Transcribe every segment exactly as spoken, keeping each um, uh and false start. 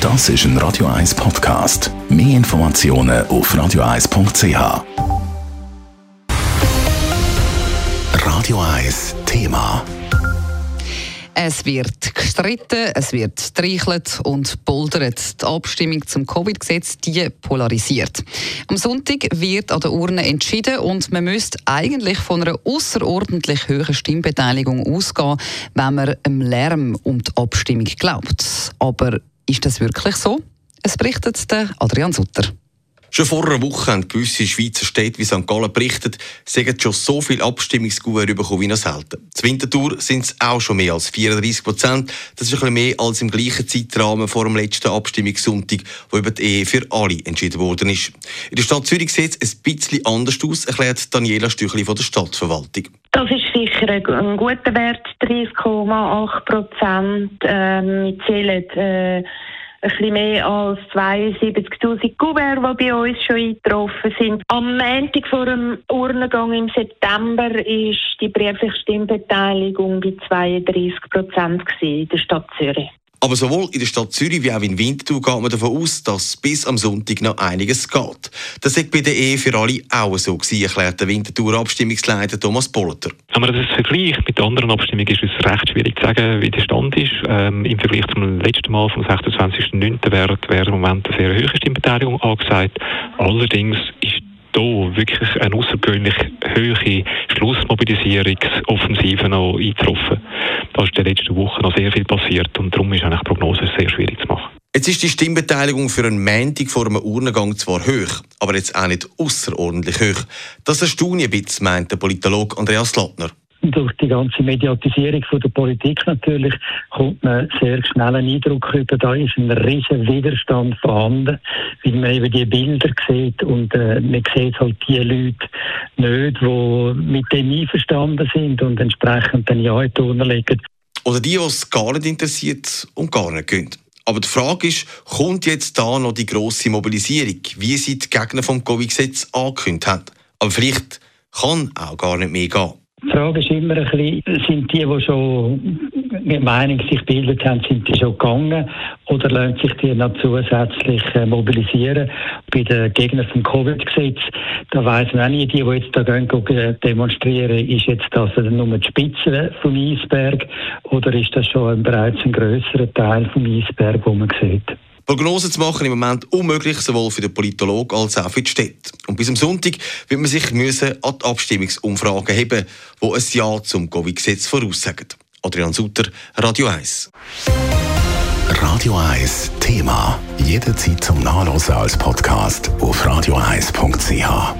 Das ist ein Radio eins Podcast. Mehr Informationen auf radio eins punkt c h. Radio eins Thema. Es wird gestritten, es wird streichelt und poldert. Die Abstimmung zum Covid-Gesetz, die polarisiert. Am Sonntag wird an der Urne entschieden und man müsste eigentlich von einer außerordentlich hohen Stimmbeteiligung ausgehen, wenn man dem Lärm um die Abstimmung glaubt. Aber ist das wirklich so? Es berichtet der Adrian Sutter. Schon vor einer Woche haben gewisse Schweizer Städte wie Sankt Gallen berichtet, sie haben schon so viele Abstimmungskuverts bekommen wie noch selten. Zur Winterthur sind es auch schon mehr als vierunddreissig Prozent. Das ist ein bisschen mehr als im gleichen Zeitrahmen vor dem letzten Abstimmungssonntag, wo über die Ehe für alle entschieden worden ist. In der Stadt Zürich sieht es ein bisschen anders aus, erklärt Daniela Stüchli von der Stadtverwaltung. Das ist sicher ein guter Wert, dreißig Komma acht Prozent. Ähm, wir zählen äh, ein bisschen mehr als zweiundsiebzigtausend Kuverts, die bei uns schon eingetroffen sind. Am Montag vor dem Urnengang im September war die briefliche Stimmbeteiligung bei zweiunddreissig Prozent in der Stadt Zürich. Aber sowohl in der Stadt Zürich wie auch in Winterthur geht man davon aus, dass bis am Sonntag noch einiges geht. Das war bei der Ehe für alle auch so gewesen, erklärt der Winterthur Abstimmungsleiter Thomas Polleter. Wenn man das vergleicht mit anderen Abstimmungen, ist es recht schwierig zu sagen, wie der Stand ist. Ähm, Im Vergleich zum letzten Mal, vom sechsundzwanzigsten neunten wäre wär im Moment eine sehr hohe Stimmbeteiligung angesagt. Allerdings ist hier wirklich eine außergewöhnlich hohe Schlussmobilisierungsoffensive noch eingetroffen. Da ist in den letzten Wochen noch sehr viel passiert und darum ist eigentlich die Prognose sehr schwierig zu machen. Jetzt ist die Stimmbeteiligung für einen Montag vor einem Urnengang zwar hoch, aber jetzt auch nicht außerordentlich hoch. Das erstaunt ein bisschen, meint der Politologe Andreas Lattner. Durch die ganze Mediatisierung von der Politik natürlich kommt man sehr schnell einen Eindruck über, da ist ein riesen Widerstand vorhanden, weil man eben die Bilder sieht und äh, man sieht halt die Leute nicht, die mit dem einverstanden sind und entsprechend dann ja in die Urne legen. Oder die, die es gar nicht interessiert und gar nicht können. Aber die Frage ist, kommt jetzt da noch die grosse Mobilisierung, wie sie die Gegner vom Covid-Gesetz angekündigt haben? Aber vielleicht kann auch gar nicht mehr gehen. Die Frage ist immer ein bisschen, sind die, die schon die Meinung sich gebildet haben, sind die schon gegangen oder lassen sich die noch zusätzlich äh, mobilisieren? Bei den Gegnern vom Covid-Gesetz, da weiss man auch nicht, die, die jetzt da gehen, gehen demonstrieren, ist jetzt das nur die Spitze vom Eisberg oder ist das schon ein, bereits ein grösserer Teil vom Eisberg, den man sieht? Prognosen zu machen im Moment unmöglich, sowohl für den Politologen als auch für die Städte. Und bis am Sonntag wird man sich müssen an die Abstimmungsumfragen heben, die ein Ja zum Covid-Gesetz voraussagen. Adrian Sutter, Radio eins. Radio eins Thema. Jederzeit zum Nachlesen als Podcast auf radio eins punkt c h.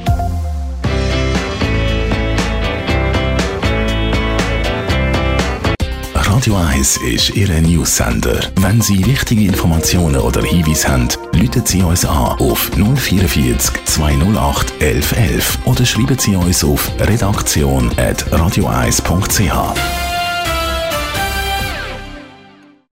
Radio eins ist Ihr News-Sender. Wenn Sie wichtige Informationen oder Hinweise haben, rufen Sie uns an auf null vierundvierzig zweihundertacht elf elf oder schreiben Sie uns auf redaktion at radio eins punkt c h.